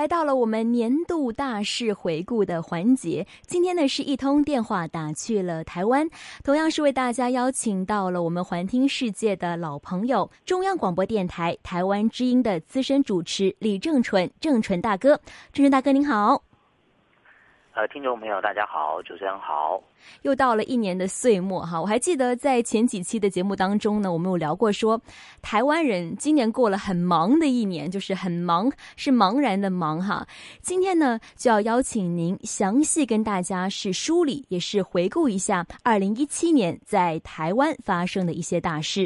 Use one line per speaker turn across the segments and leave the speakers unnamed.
来到了我们年度大事回顾的环节。今天呢是一通电话打去了台湾，同样是为大家邀请到了我们环听世界的老朋友，中央广播电台台湾之音的资深主持李正淳，正淳大哥。正淳大哥您好。
听众朋友大家好，主持人好。
又到了一年的岁末哈，我还记得在前几期的节目当中呢，我们有聊过说，台湾人今年过了很忙的一年，就是很忙，是茫然的忙哈。今天呢，就要邀请您详细跟大家是梳理，也是回顾一下2017年在台湾发生的一些大事。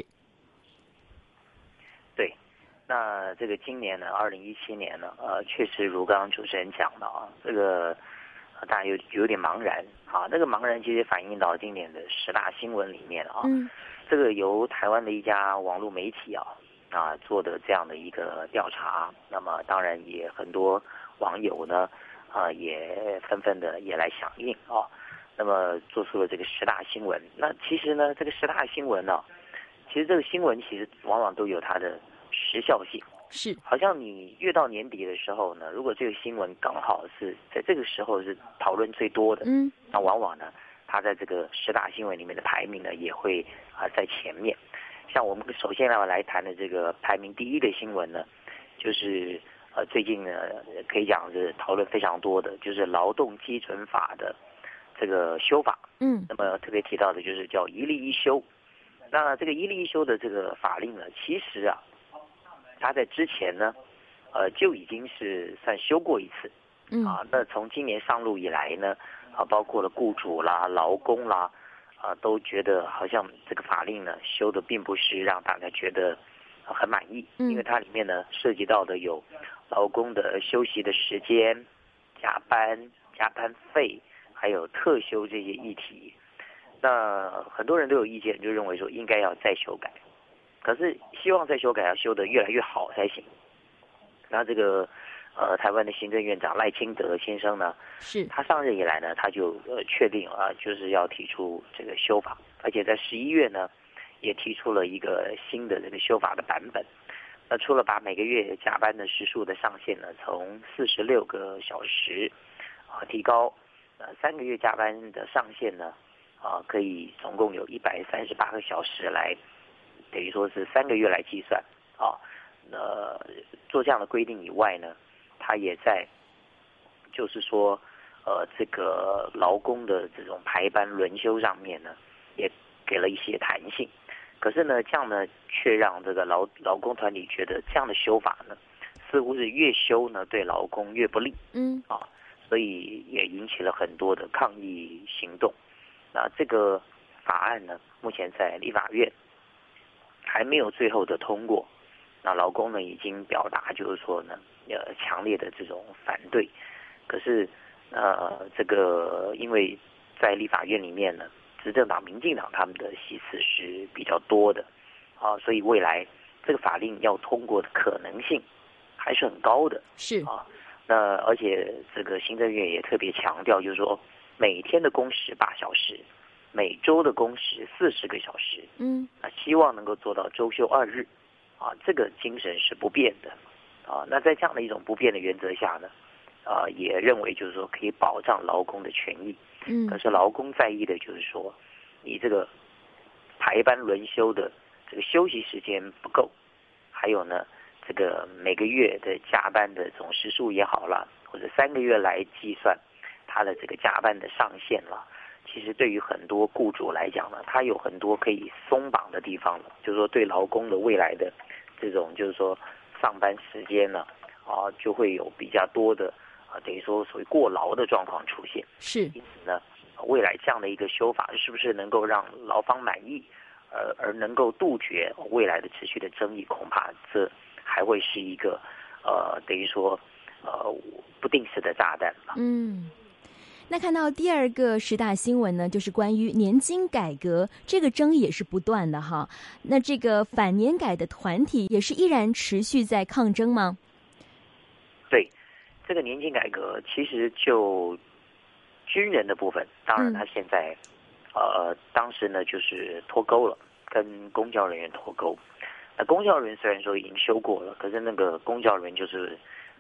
对，那这个今年呢，2017年呢，确实如刚刚主持人讲的啊，这个大家有点茫然啊，这个茫然其实反映到今年的10大新闻里面啊，这个由台湾的一家网络媒体做的这样的一个调查，那么当然也很多网友呢也纷纷的也来响应啊，那么做出了这个10大新闻。那其实呢，这个10大新闻呢，其实这个新闻其实往往都有它的时效性。
是，
好像你越到年底的时候呢，如果这个新闻刚好是在这个时候是讨论最多的，那往往呢，它在这个10大新闻里面的排名呢也会在前面。像我们首先要来谈的这个排名第一的新闻呢，就是最近呢可以讲是讨论非常多的，就是劳动基准法的这个修法。那么特别提到的就是叫一例一休。那这个一例一休的这个法令呢，其实他在之前呢，就已经是算修过一次，那从今年上路以来呢，包括了雇主啦、劳工啦，都觉得好像这个法令呢修的并不是让大家觉得很满意，因为它里面呢涉及到的有劳工的休息的时间、加班费，还有特休这些议题。那很多人都有意见，就认为说应该要再修改。可是希望再修改要修得越来越好才行。那这个台湾的行政院长赖清德先生呢，他上任以来呢，他就确定就是要提出这个修法，而且在11月呢，也提出了一个新的这个修法的版本。那除了把每个月加班的时数的上限呢，从46个小时提高，3个月加班的上限呢，可以总共有138个小时来。等于说是3个月来计算做这样的规定以外呢，他也在就是说这个劳工的这种排班轮休上面呢，也给了一些弹性。可是呢，这样呢却让这个劳工团体觉得这样的修法呢，似乎是越修呢对劳工越不利，所以也引起了很多的抗议行动。那这个法案呢，目前在立法院还没有最后的通过，那劳工呢已经表达就是说呢，强烈的这种反对。可是这个因为在立法院里面呢，执政党民进党他们的席次是比较多的所以未来这个法令要通过的可能性还是很高的。
是
那而且这个行政院也特别强调，就是说每天的工时8小时。每周的工时40个小时，希望能够做到周休2日，这个精神是不变的，那在这样的一种不变的原则下呢，也认为就是说可以保障劳工的权益，可是劳工在意的就是说，你这个排班轮休的这个休息时间不够，还有呢，这个每个月的加班的总时数也好了，或者3个月来计算他的这个加班的上限了。其实对于很多雇主来讲呢，他有很多可以松绑的地方了，就是说对劳工的未来的这种就是说上班时间呢，就会有比较多的等于说属于过劳的状况出现。
是，
因此呢，未来这样的一个修法是不是能够让劳方满意，而能够杜绝未来的持续的争议，恐怕这还会是一个等于说不定时的炸弹吧。
那看到第二个10大新闻呢，就是关于年金改革，这个争议也是不断的哈。那这个反年改的团体也是依然持续在抗争吗？
对，这个年金改革其实就军人的部分，当然他现在当时呢就是脱钩了，跟公教人员脱钩。那公教人员虽然说已经修过了，可是那个公教人员就是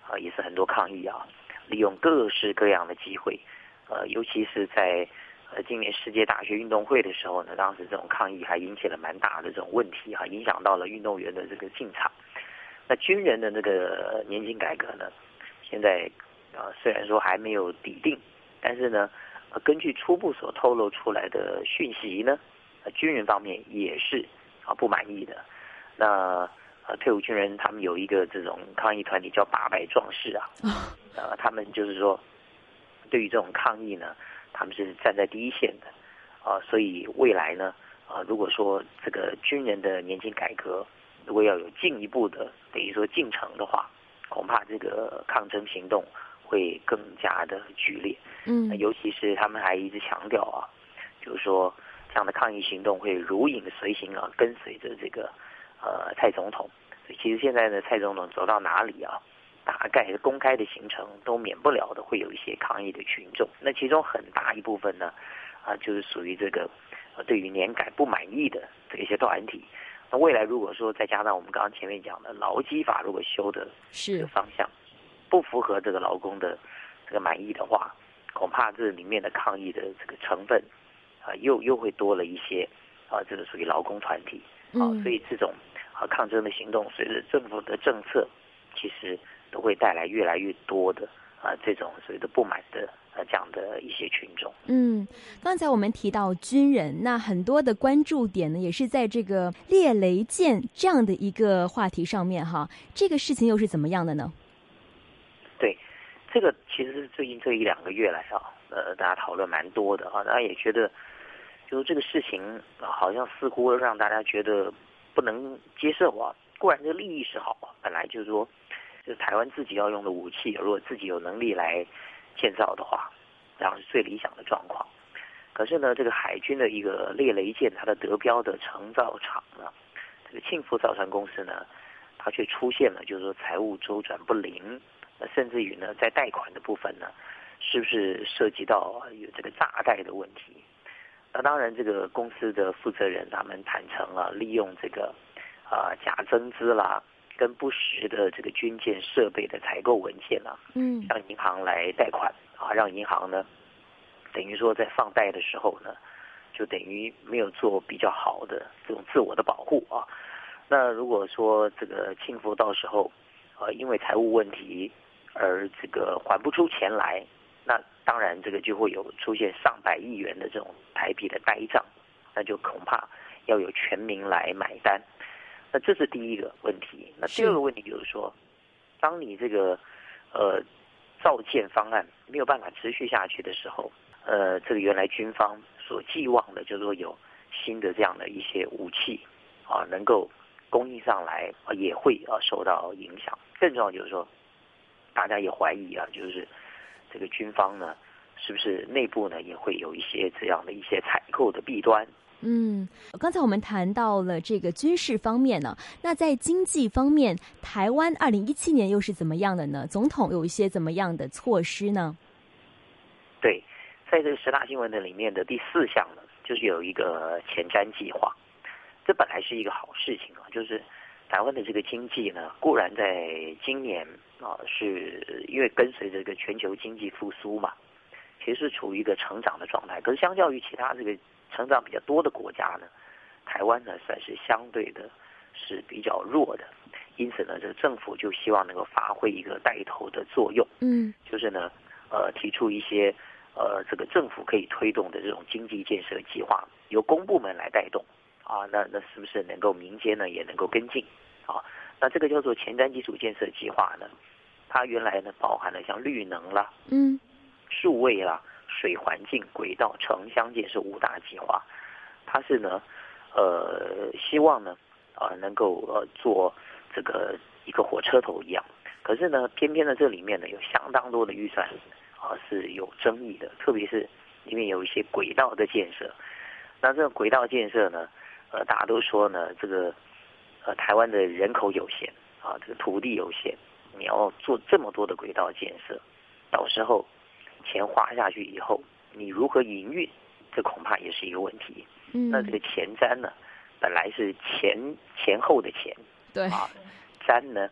也是很多抗议利用各式各样的机会，尤其是在今年世界大学运动会的时候呢，当时这种抗议还引起了蛮大的这种问题影响到了运动员的这个进场。那军人的那个年金改革呢，现在虽然说还没有底定，但是呢，根据初步所透露出来的讯息呢，军人方面也是不满意的。那退伍军人他们有一个这种抗议团体叫800壮士他们就是说对于这种抗议呢，他们是站在第一线的所以未来呢如果说这个军人的年金改革如果要有进一步的等于说进程的话，恐怕这个抗争行动会更加的剧烈。尤其是他们还一直强调就是说这样的抗议行动会如影随形跟随着这个蔡总统。所以其实现在呢，蔡总统走到哪里大概公开的行程都免不了的会有一些抗议的群众。那其中很大一部分呢就是属于这个对于年改不满意的这一些团体。那未来如果说再加上我们刚刚前面讲的劳基法如果修的这个方向不符合这个劳工的这个满意的话，恐怕这里面的抗议的这个成分又会多了一些这个属于劳工团体所以这种抗争的行动随着政府的政策其实都会带来越来越多的这种所谓的不满的这样的一些群众。
刚才我们提到军人，那很多的关注点呢，也是在这个猎雷舰这样的一个话题上面这个事情又是怎么样的呢？
对，这个其实是最近这1-2个月来大家讨论蛮多的大家也觉得就是这个事情好像似乎让大家觉得不能接受固然这个利益是好本来就是说就是台湾自己要用的武器如果自己有能力来建造的话，这样是最理想的状况。可是呢，这个海军的一个猎雷舰它的得标的承造厂呢，这个庆福造船公司呢，它却出现了就是说财务周转不灵，甚至于呢在贷款的部分呢是不是涉及到有这个诈贷的问题。那当然这个公司的负责人他们坦诚利用这个假增资啦跟不实的这个军舰设备的采购文件向银行来贷款让银行呢等于说在放贷的时候呢就等于没有做比较好的这种自我的保护那如果说这个庆福到时候因为财务问题而这个还不出钱来，那当然这个就会有出现上百亿元的这种台币的呆账，那就恐怕要有全民来买单。那这是第一个问题。那第二个问题就是说，当你这个造舰方案没有办法持续下去的时候，这个原来军方所寄望的就是说有新的这样的一些武器能够供应上来也会受到影响。更重要就是说，大家也怀疑就是这个军方呢是不是内部呢也会有一些这样的一些采购的弊端。
刚才我们谈到了这个军事方面呢，那在经济方面，台湾2017年又是怎么样的呢？总统有一些怎么样的措施呢？
对，在这个10大新闻的里面的第4项呢，就是有一个前瞻计划。这本来是一个好事情就是台湾的这个经济呢，固然在今年是因为跟随这个全球经济复苏嘛，其实是处于一个成长的状态。可是相较于其他这个成长比较多的国家呢，台湾呢算是相对的是比较弱的。因此呢，这个政府就希望能够发挥一个带头的作用，就是呢提出一些这个政府可以推动的这种经济建设计划，由公部门来带动那是不是能够民间呢也能够跟进那这个叫做前瞻基础建设计划呢，它原来呢包含了像绿能啦、数位啦、水环境、轨道、城乡建设5大计划。它是呢希望呢能够做这个一个火车头一样。可是呢偏偏呢这里面呢有相当多的预算是有争议的，特别是里面有一些轨道的建设。那这个轨道建设呢大家都说呢这个台湾的人口有限这个土地有限，你要做这么多的轨道建设，到时候钱花下去以后你如何营运，这恐怕也是一个问题。那这个前瞻呢本来是前后的前，
对
瞻呢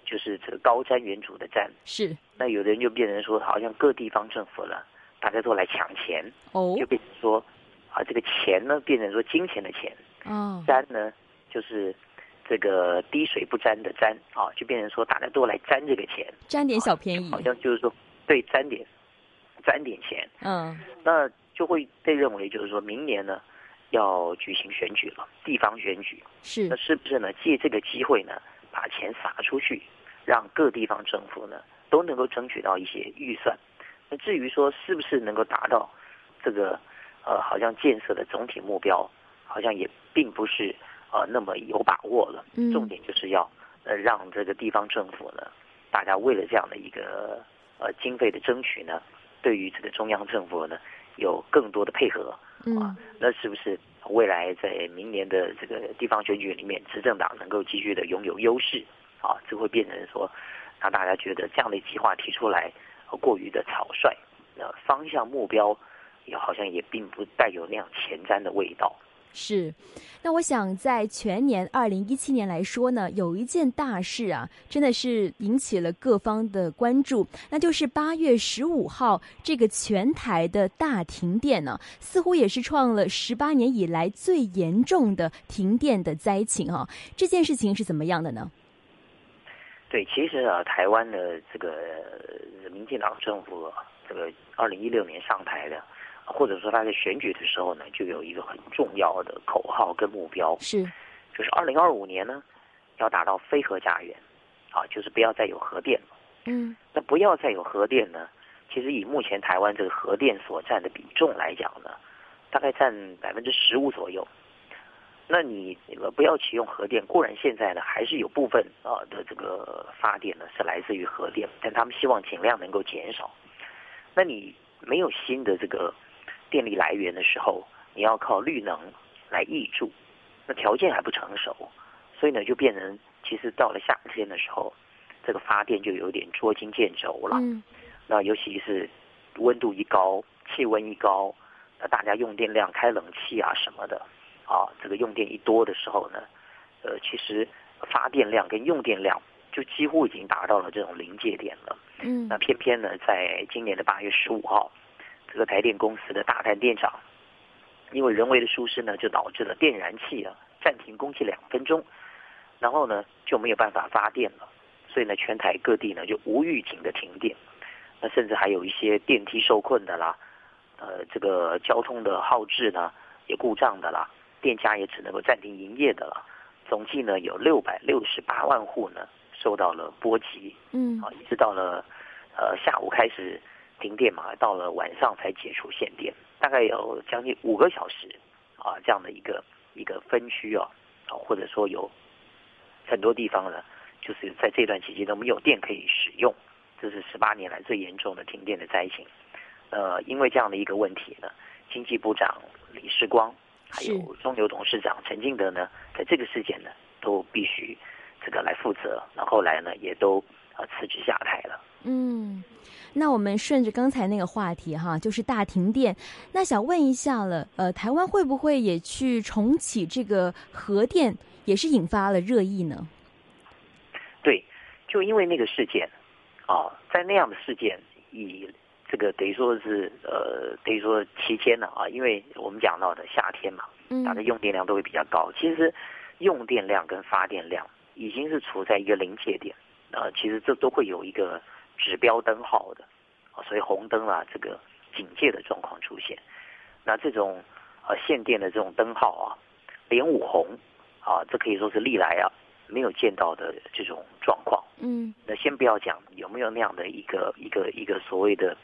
就是这个高瞻远瞩的瞻。
是。
那有的人就变成说，好像各地方政府了，大家都来抢钱，就变成说这个钱呢变成说金钱的钱，瞻呢就是这个滴水不沾的沾就变成说大家都来沾这个钱，
沾点小便宜，
好像就是说对沾点钱。那就会被认为就是说明年呢要举行选举了，地方选举，那是不是呢借这个机会呢把钱撒出去，让各地方政府呢都能够争取到一些预算。那至于说是不是能够达到这个好像建设的总体目标，好像也并不是那么有把握了。重点就是要让这个地方政府呢，大家为了这样的一个经费的争取呢，对于这个中央政府呢有更多的配合那是不是未来在明年的这个地方选举里面，执政党能够继续的拥有优势这会变成说让大家觉得这样的计划提出来过于的草率，方向目标也好像也并不带有那样前瞻的味道。
是，那我想在全年2017年来说呢，有一件大事真的是引起了各方的关注，那就是8月15号这个全台的大停电呢，似乎也是创了18年以来最严重的停电的灾情这件事情是怎么样的呢？
对，其实台湾的这个民进党政府这个2016年上台的，或者说他在选举的时候呢，就有一个很重要的口号跟目标，就是2025年呢要达到非核家园就是不要再有核电了。那不要再有核电呢，其实以目前台湾这个核电所占的比重来讲呢，大概占15%左右。那你不要启用核电，固然现在呢还是有部分的这个发电呢是来自于核电，但他们希望尽量能够减少。那你没有新的这个电力来源的时候，你要靠绿能来挹注，那条件还不成熟，所以呢就变成其实到了夏天的时候，这个发电就有点捉襟见肘了。那尤其是温度一高，气温一高，那大家用电量开冷气什么的这个用电一多的时候呢，其实发电量跟用电量就几乎已经达到了这种临界点了。那偏偏呢，在今年的8月15号，这个台电公司的大台电厂，因为人为的疏失呢，就导致了电燃气暂停供气2分钟，然后呢就没有办法发电了，所以呢全台各地呢就无预警的停电，那甚至还有一些电梯受困的啦，这个交通的号志呢也故障的啦，店家也只能够暂停营业的了，总计呢有668万户呢受到了波及。一直到了下午开始停电嘛，到了晚上才解除限电，大概有将近5个小时这样的一个分区或者说有很多地方呢，就是在这段期间都没有电可以使用，这是18年来最严重的停电的灾情。因为这样的一个问题呢，经济部长李世光还有中油董事长陈进德呢，在这个事件呢都必须这个来负责，然后来呢也都辞职下台了。
那我们顺着刚才那个话题就是大停电，那想问一下了，台湾会不会也去重启这个核电，也是引发了热议呢？
对，就因为那个事件在那样的事件，以这个等于说期间呢因为我们讲到的夏天嘛，大家用电量都会比较高，其实用电量跟发电量已经是处在一个临界点，其实这都会有一个指标灯号的，所以红灯这个警戒的状况出现。那这种限电的这种灯号连5红这可以说是历来没有见到的这种状况。那先不要讲有没有那样的一个所谓的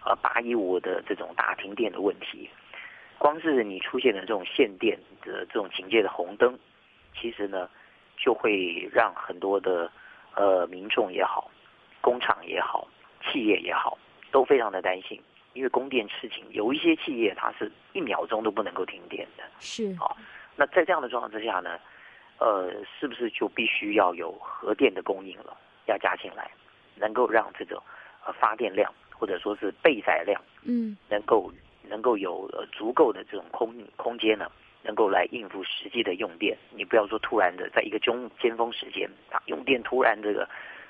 815的这种大停电的问题，光是你出现的这种限电的这种警戒的红灯，其实呢就会让很多的民众也好，工厂也好，企业也好，都非常的担心，因为供电吃紧，有一些企业它是1秒钟都不能够停电的。那在这样的状况之下呢，是不是就必须要有核电的供应了，要加进来，能够让这种发电量或者说是备载量，能够有足够的这种空间呢，能够来应付实际的用电。你不要说突然的在一个尖峰时间用电突然这个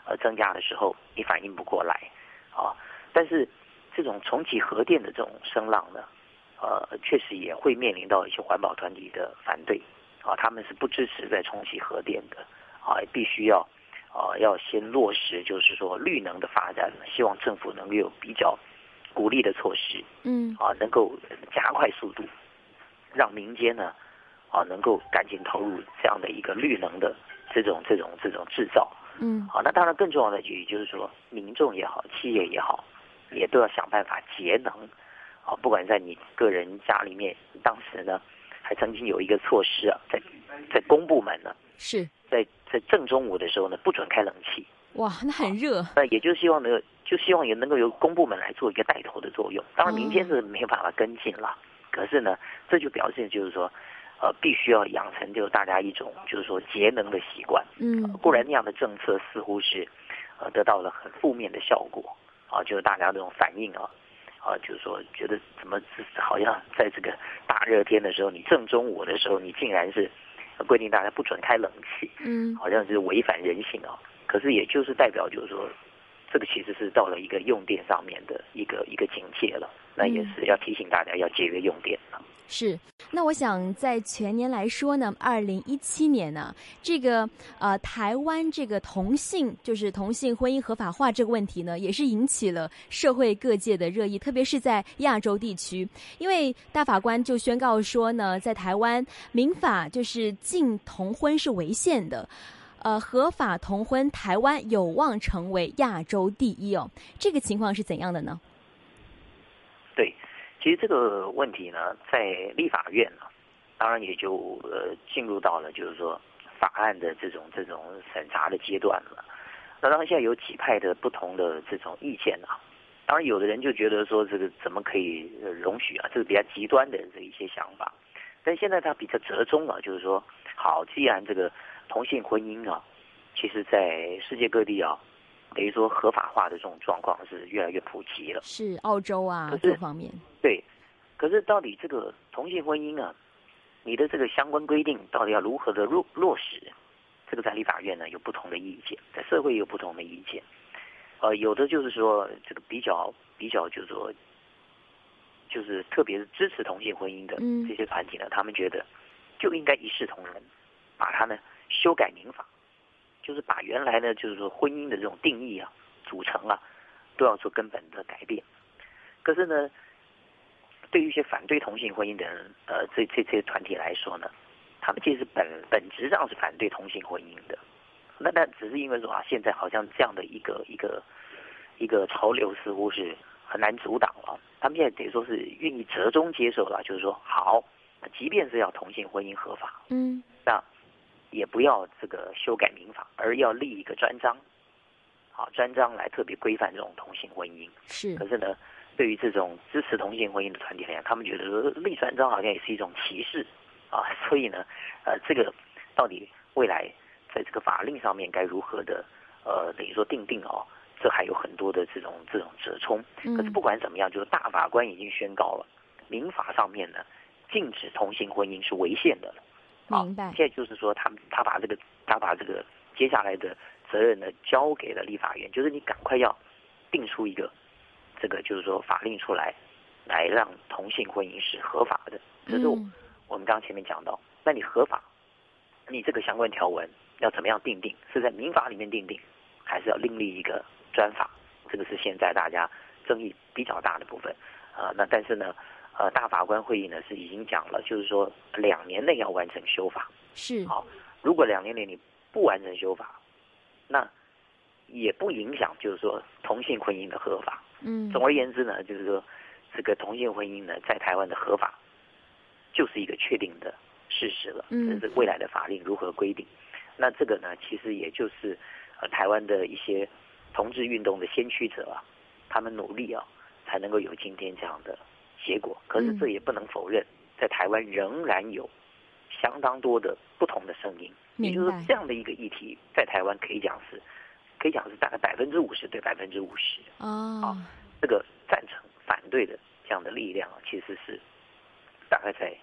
增加的时候，你反应不过来啊。但是这种重启核电的这种声浪呢，确实也会面临到一些环保团体的反对啊，他们是不支持再重启核电的啊，必须要先落实，就是说绿能的发展，希望政府能够有比较鼓励的措施，能够加快速度，让民间呢能够赶紧投入这样的一个绿能的这种制造，那当然更重要的就是说，民众也好，企业也好，也都要想办法节能啊，不管在你个人家里面，当时呢还曾经有一个措施啊，在公部门呢
是
在正中午的时候呢不准开冷气，
哇，那很热，
那也就是希望也能够由公部门来做一个带头的作用，当然民间是没有办法跟进了，可是呢这就表现就是说必须要养成就是大家一种就是说节能的习惯，固然那样的政策似乎是得到了很负面的效果啊，就是大家这种反应就是说觉得怎么好像在这个大热天的时候，你正中午的时候，你竟然是规定大家不准开冷气，好像是违反人性啊。可是也就是代表就是说，这个其实是到了一个用电上面的一个警戒了，那也是要提醒大家要节约用电了。
是，那我想在全年来说呢，2017年呢，这个台湾这个同性婚姻合法化这个问题呢，也是引起了社会各界的热议，特别是在亚洲地区，因为大法官就宣告说呢，在台湾民法就是禁同婚是违宪的。合法同婚，台湾有望成为亚洲第一哦。这个情况是怎样的呢？
对，其实这个问题呢，在立法院呢，当然也就进入到了就是说法案的这种审查的阶段了。那当然现在有几派的不同的这种意见啊。当然有的人就觉得说这个怎么可以容许啊，这个比较极端的这一些想法。但现在他比较折中啊，就是说，好，既然这个同性婚姻啊，其实在世界各地啊，等于说合法化的这种状况是越来越普及了。
是澳洲啊，各方面。
对，可是到底这个同性婚姻啊，你的这个相关规定到底要如何的落实？这个在立法院呢有不同的意见，在社会有不同的意见。有的就是说这个比较就是说，就是特别是支持同性婚姻的这些团体呢，他们觉得就应该一视同仁，把它呢修改民法，就是把原来呢就是说婚姻的这种定义啊、组成啊，都要做根本的改变。可是呢，对于一些反对同性婚姻的人，这些团体来说呢，他们其实本质上是反对同性婚姻的。那只是因为说啊，现在好像这样的一个潮流似乎是很难阻挡了。他们现在等于说是愿意折中接受了，就是说好，即便是要同性婚姻合法，那也不要这个修改民法，而要立一个专章，好，专章来特别规范这种同性婚姻。
是。
可是呢，对于这种支持同性婚姻的团体来讲，他们觉得说立专章好像也是一种歧视啊，所以呢，这个到底未来在这个法令上面该如何的等于说定哦，这还有很多的这种折冲。可是不管怎么样，就是大法官已经宣告了，民法上面呢禁止同性婚姻是违宪的了。
明白。
现在就是说他把这个接下来的责任呢交给了立法院，就是你赶快要定出一个这个就是说法令出来让同性婚姻是合法的。这是我们刚刚前面讲到，那你合法，你这个相关条文要怎么样定？是在民法里面定，还是要另立一个专法？这个是现在大家争议比较大的部分。那但是呢，大法官会议呢是已经讲了，就是说2年内要完成修法。
是。
好，如果2年内你不完成修法，那也不影响就是说同性婚姻的合法。总而言之呢，就是说这个同性婚姻呢在台湾的合法就是一个确定的事实了。这是未来的法令如何规定。那这个呢，其实也就是台湾的一些同志运动的先驱者啊，他们努力啊，才能够有今天这样的结果。可是这也不能否认，在台湾仍然有相当多的不同的声音。也就是说，这样的一个议题，在台湾可以讲是大概50%对50%。这个赞成反对的这样的力量啊，其实是大概在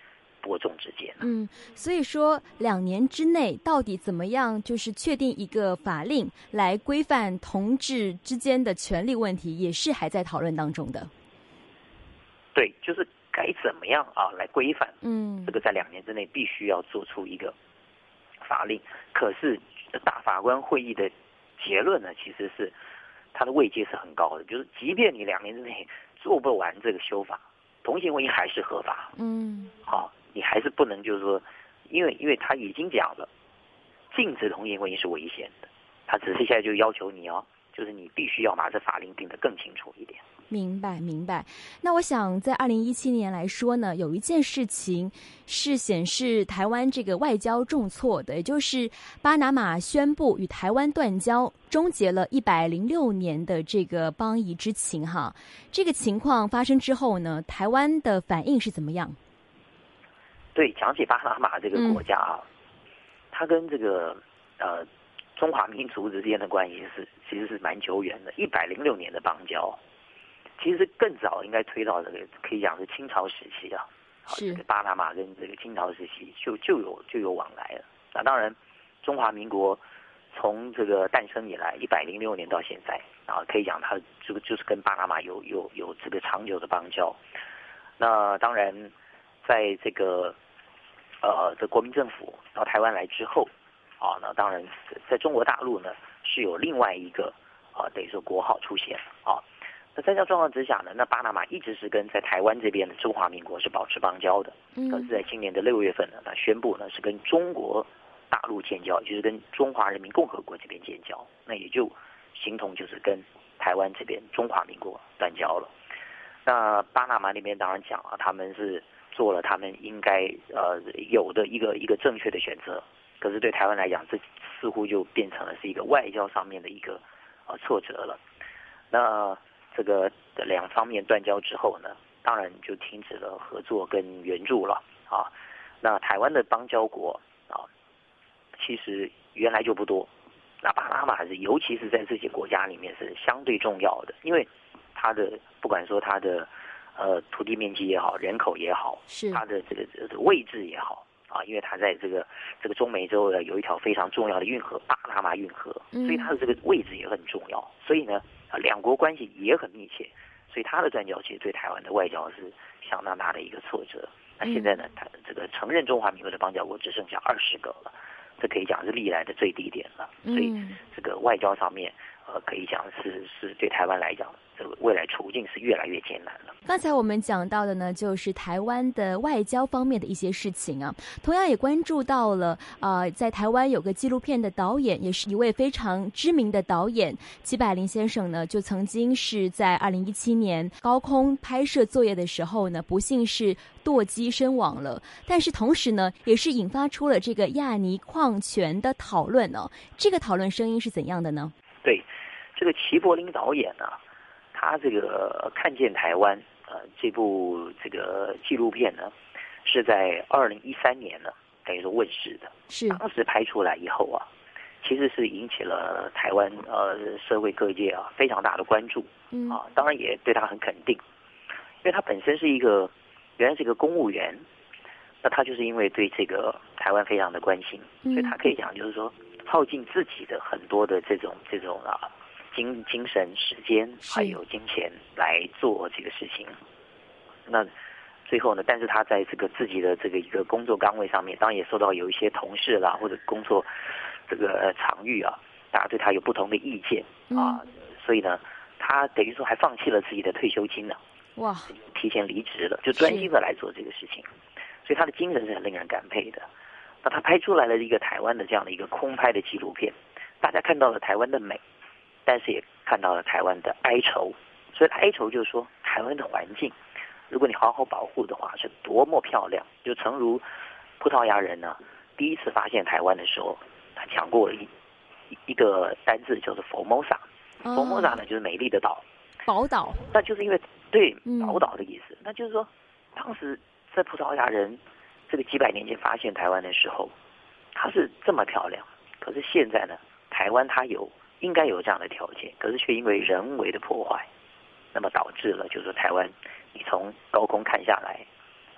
伯仲之间。
所以说2年之内到底怎么样就是确定一个法令来规范同志之间的权利问题，也是还在讨论当中的。
对，就是该怎么样来规范，这个在2年之内必须要做出一个法令。可是大法官会议的结论呢，其实是它的位阶是很高的，就是即便你2年之内做不完这个修法，同性婚姻还是合法。你还是不能就是说，因为他已经讲了，禁止同性婚姻是危险的，他只是现在就要求你就是你必须要把这法令定得更清楚一点。
明白。那我想在2017年来说呢，有一件事情是显示台湾这个外交重挫的，也就是巴拿马宣布与台湾断交，终结了106年的这个邦谊之情哈。这个情况发生之后呢，台湾的反应是怎么样？
对，讲起巴拿马这个国家它跟这个中华民族之间的关系其实是蛮久远的，106年的邦交。其实更早应该推到这个可以讲是清朝时期这个巴拿马跟这个清朝时期就有往来了。那当然，中华民国从这个诞生以来106年到现在可以讲它这个就是跟巴拿马有这个长久的邦交。那当然，在这个这国民政府到台湾来之后那当然在中国大陆呢是有另外一个等于说国号出现那在这样状况之下呢，那巴拿马一直是跟在台湾这边的中华民国是保持邦交的。可是在今年的6月份呢，他宣布呢是跟中国大陆建交，就是跟中华人民共和国这边建交，那也就形同就是跟台湾这边中华民国断交了。那巴拿马那边当然讲他们是做了他们应该有的一个正确的选择，可是对台湾来讲，这似乎就变成了是一个外交上面的一个挫折了。那这个2方面断交之后呢，当然就停止了合作跟援助了那台湾的邦交国其实原来就不多，那巴拿马尤其是在这些国家里面是相对重要的，因为它的不管说它的土地面积也好，人口也好，它的这个位置也好因为它在这个中美洲有一条非常重要的运河巴拿马运河，所以它的这个位置也很重要。所以呢2国关系也很密切，所以它的断交其实对台湾的外交是相当大的一个挫折。那现在呢，它这个承认中华民国的邦交国只剩下20个了，这可以讲是历来的最低点了。所以这个外交上面可以讲是对台湾来讲，这个未来处境是越来越艰难了。
刚才我们讲到的呢，就是台湾的外交方面的一些事情同样也关注到了在台湾有个纪录片的导演，也是一位非常知名的导演齐柏林先生呢，就曾经是在2017年高空拍摄作业的时候呢，不幸是堕机身亡了。但是同时呢，也是引发出了这个亚泥矿权的讨论这个讨论声音是怎样的呢？
对，这个齐柏林导演他这个看见台湾这部这个纪录片呢，是在2013年呢等于说问世的。当时拍出来以后其实是引起了台湾社会各界非常大的关注当然也对他很肯定，因为他本身是原来是一个公务员，那他就是因为对这个台湾非常的关心，所以他可以讲就是说耗尽自己的很多的这种精神、时间还有金钱来做这个事情。那最后呢，但是他在这个自己的这个一个工作岗位上面，当然也受到有一些同事啦或者工作这个场域大家对他有不同的意见所以呢，他等于说还放弃了自己的退休金呢，提前离职了，就专心的来做这个事情。所以他的精神是很令人感佩的。那他拍出来了一个台湾的这样的一个空拍的纪录片，大家看到了台湾的美，但是也看到了台湾的哀愁。所以哀愁就是说，台湾的环境，如果你好好保护的话，是多么漂亮。就诚如葡萄牙人呢，第一次发现台湾的时候，他讲过一个单字，叫做 Formosa。Formosa 呢，就是美丽的岛，
宝岛。
那就是因为对宝岛的意思。那就是说，当时在葡萄牙人这个几百年前发现台湾的时候，它是这么漂亮。可是现在呢，台湾它应该有这样的条件，可是却因为人为的破坏，那么导致了就是说台湾你从高空看下来，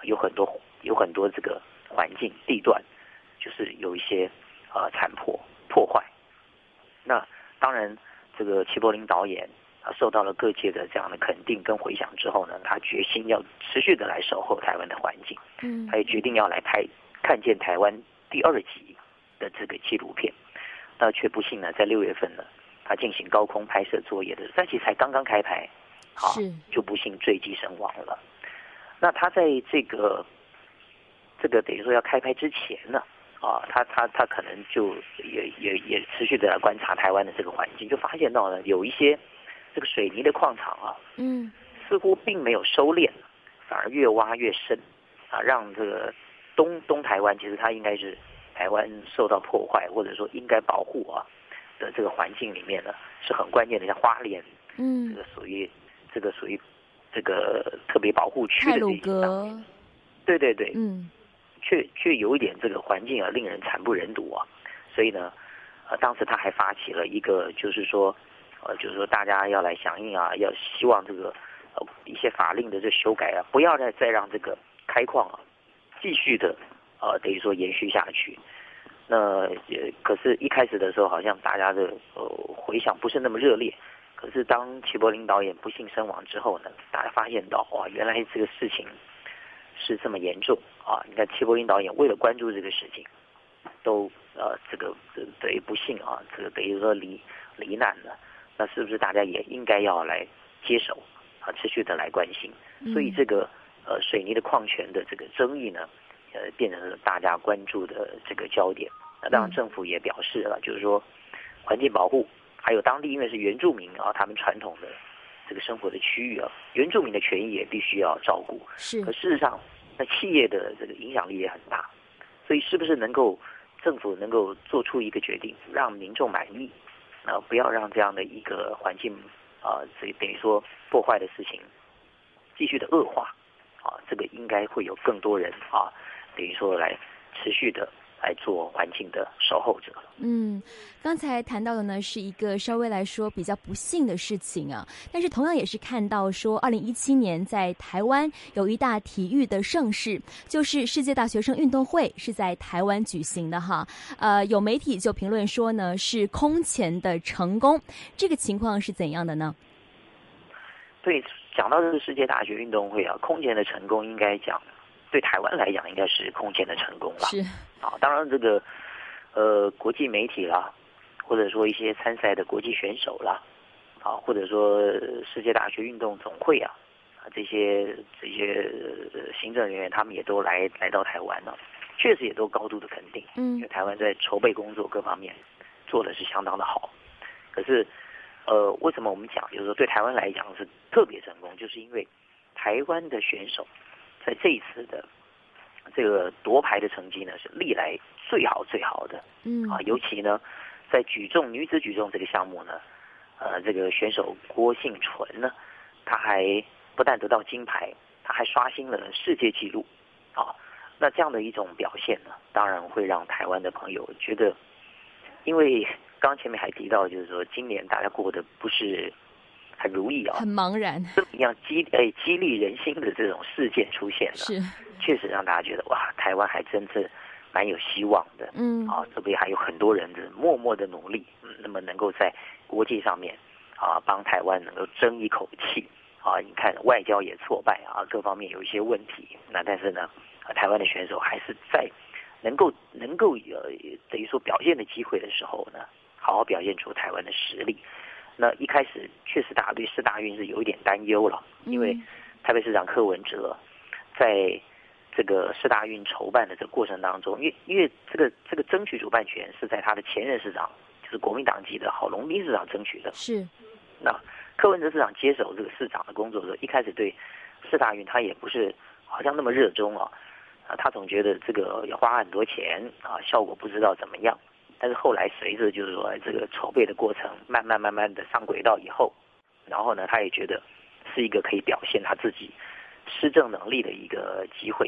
有很多这个环境地段，就是有一些残破坏。那当然，这个齐柏林导演受到了各界的这样的肯定跟回响之后呢，他决心要持续的来守候台湾的环境。他也决定要来拍《看见台湾》第2集的这个纪录片。那却不幸呢，在6月份呢，他进行高空拍摄作业的时候，但其实才刚刚开拍，就不幸坠机身亡了。那他在这个等于说要开拍之前呢，他可能就也持续的来观察台湾的这个环境，就发现到呢，有一些这个水泥的矿场似乎并没有收敛，反而越挖越深让这个东台湾，其实它应该是台湾受到破坏或者说应该保护的这个环境里面呢，是很关键的，像花莲这个属于这个特别保护区的这些上面，对，却有一点这个环境令人惨不忍睹所以呢，当时他还发起了一个，就是说大家要来响应要希望这个一些法令的这修改不要再让这个开矿继续的等于说延续下去。那可是一开始的时候，好像大家的回响不是那么热烈。可是当齐柏林导演不幸身亡之后呢，大家发现到原来这个事情是这么严重你看齐柏林导演为了关注这个事情，都这个等于不幸这个等于说罹难了。那是不是大家也应该要来接手持续的来关心？所以这个水泥的矿权的这个争议呢，变成了大家关注的这个焦点。那当然政府也表示了，就是说环境保护，还有当地因为是原住民他们传统的这个生活的区域原住民的权益也必须要照顾。可事实上，那企业的这个影响力也很大，所以是不是政府能够做出一个决定，让民众满意，不要让这样的一个环境所以等于说破坏的事情继续的恶化这个应该会有更多人等于说来持续的来做环境的守候者。
刚才谈到的呢是一个稍微来说比较不幸的事情但是同样也是看到说2017年在台湾有一大体育的盛事，就是世界大学生运动会是在台湾举行的有媒体就评论说呢是空前的成功，这个情况是怎样的呢？
对，讲到这个世界大学运动会空前的成功，应该讲对台湾来讲应该是空前的成功了。
是
当然这个国际媒体啦，或者说一些参赛的国际选手啦或者说世界大学运动总会这些行政人员，他们也都来到台湾了，确实也都高度的肯定。因为台湾在筹备工作各方面做的是相当的好。可是为什么我们讲就是说对台湾来讲是特别成功，就是因为台湾的选手在这一次的这个夺牌的成绩呢是历来最好的。尤其呢在女子举重这个项目呢，这个选手郭幸纯呢，他还不但得到金牌，他还刷新了世界纪录那这样的一种表现呢，当然会让台湾的朋友觉得，因为刚前面还提到，就是说今年大家过得不是很如意
很茫然，
这么样激励人心的这种事件出现了，确实让大家觉得哇，台湾还真是蛮有希望的。这边还有很多人默默的努力，那么能够在国际上面帮台湾能够争一口气你看外交也挫败各方面有一些问题，那但是呢台湾的选手还是在能够等于说表现的机会的时候呢，好好表现出台湾的实力。那一开始确实大家对世大运是有一点担忧了，因为台北市长柯文哲在这个世大运筹办的这个过程当中，因为这个争取主办权是在他的前任市长，就是国民党籍的郝龙斌市长争取的。那柯文哲市长接手这个市长的工作的时候，一开始对世大运他也不是好像那么热衷他总觉得这个要花很多钱效果不知道怎么样。但是后来随着就是说这个筹备的过程慢慢的上轨道以后，然后呢他也觉得是一个可以表现他自己施政能力的一个机会，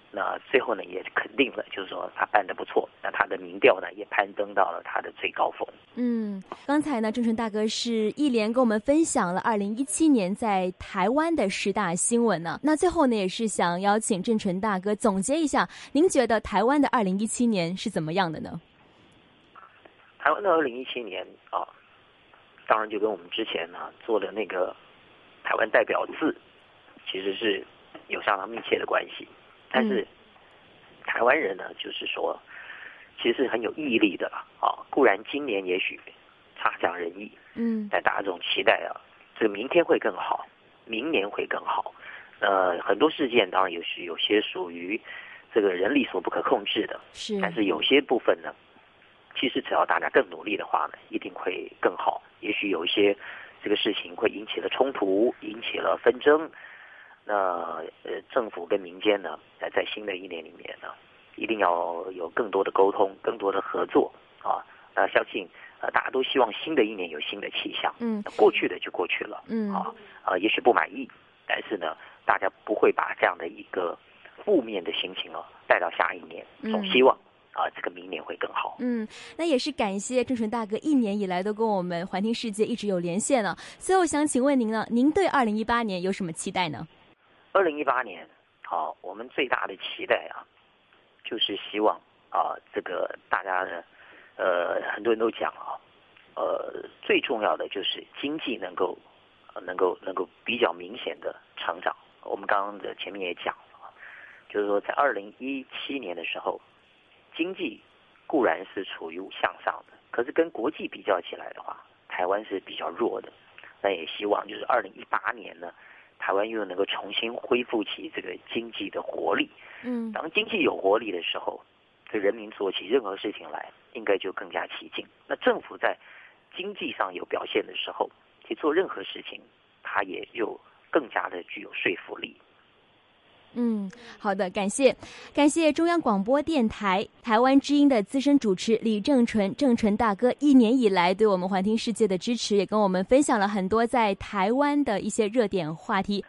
那最后呢也肯定了，就是说他办得不错，那他的民调呢也攀登到了他的最高峰。
刚才呢郑纯大哥是一连跟我们分享了2017年在台湾的10大新闻呢。那最后呢也是想邀请郑纯大哥总结一下，您觉得台湾的2017年是怎么样的呢？
台湾的2017年啊，当然就跟我们之前呢做的那个台湾代表字其实是有相当密切的关系。但是台湾人呢就是说其实很有毅力的啊，固然今年也许差强人意，但大家这种期待啊，这个明天会更好，明年会更好。很多事件当然有些属于这个人力所不可控制的，但是有些部分呢其实只要大家更努力的话呢，一定会更好。也许有一些这个事情会引起了冲突，引起了纷争。那政府跟民间呢，在新的一年里面呢，一定要有更多的沟通，更多的合作啊。相信大家都希望新的一年有新的气象。过去的就过去了。也许不满意，但是呢，大家不会把这样的一个负面的心情带到下一年。总希望这个明年会更好。
那也是感谢郑纯大哥1年以来都跟我们环听世界一直有连线了。最后想请问您呢，您对2018年有什么期待呢
？2018年，我们最大的期待就是希望这个大家呢，很多人都讲最重要的就是经济能够比较明显的成长。我们刚刚的前面也讲了，就是说在2017年的时候，经济固然是处于向上的，可是跟国际比较起来的话，台湾是比较弱的。那也希望就是2018年呢，台湾又能够重新恢复起这个经济的活力。当经济有活力的时候，这人民做起任何事情来应该就更加起劲。那政府在经济上有表现的时候，其实做任何事情它也就更加的具有说服力。
好的，感谢中央广播电台台湾之音的资深主持李正纯大哥1年以来对我们环听世界的支持，也跟我们分享了很多在台湾的一些热点话题。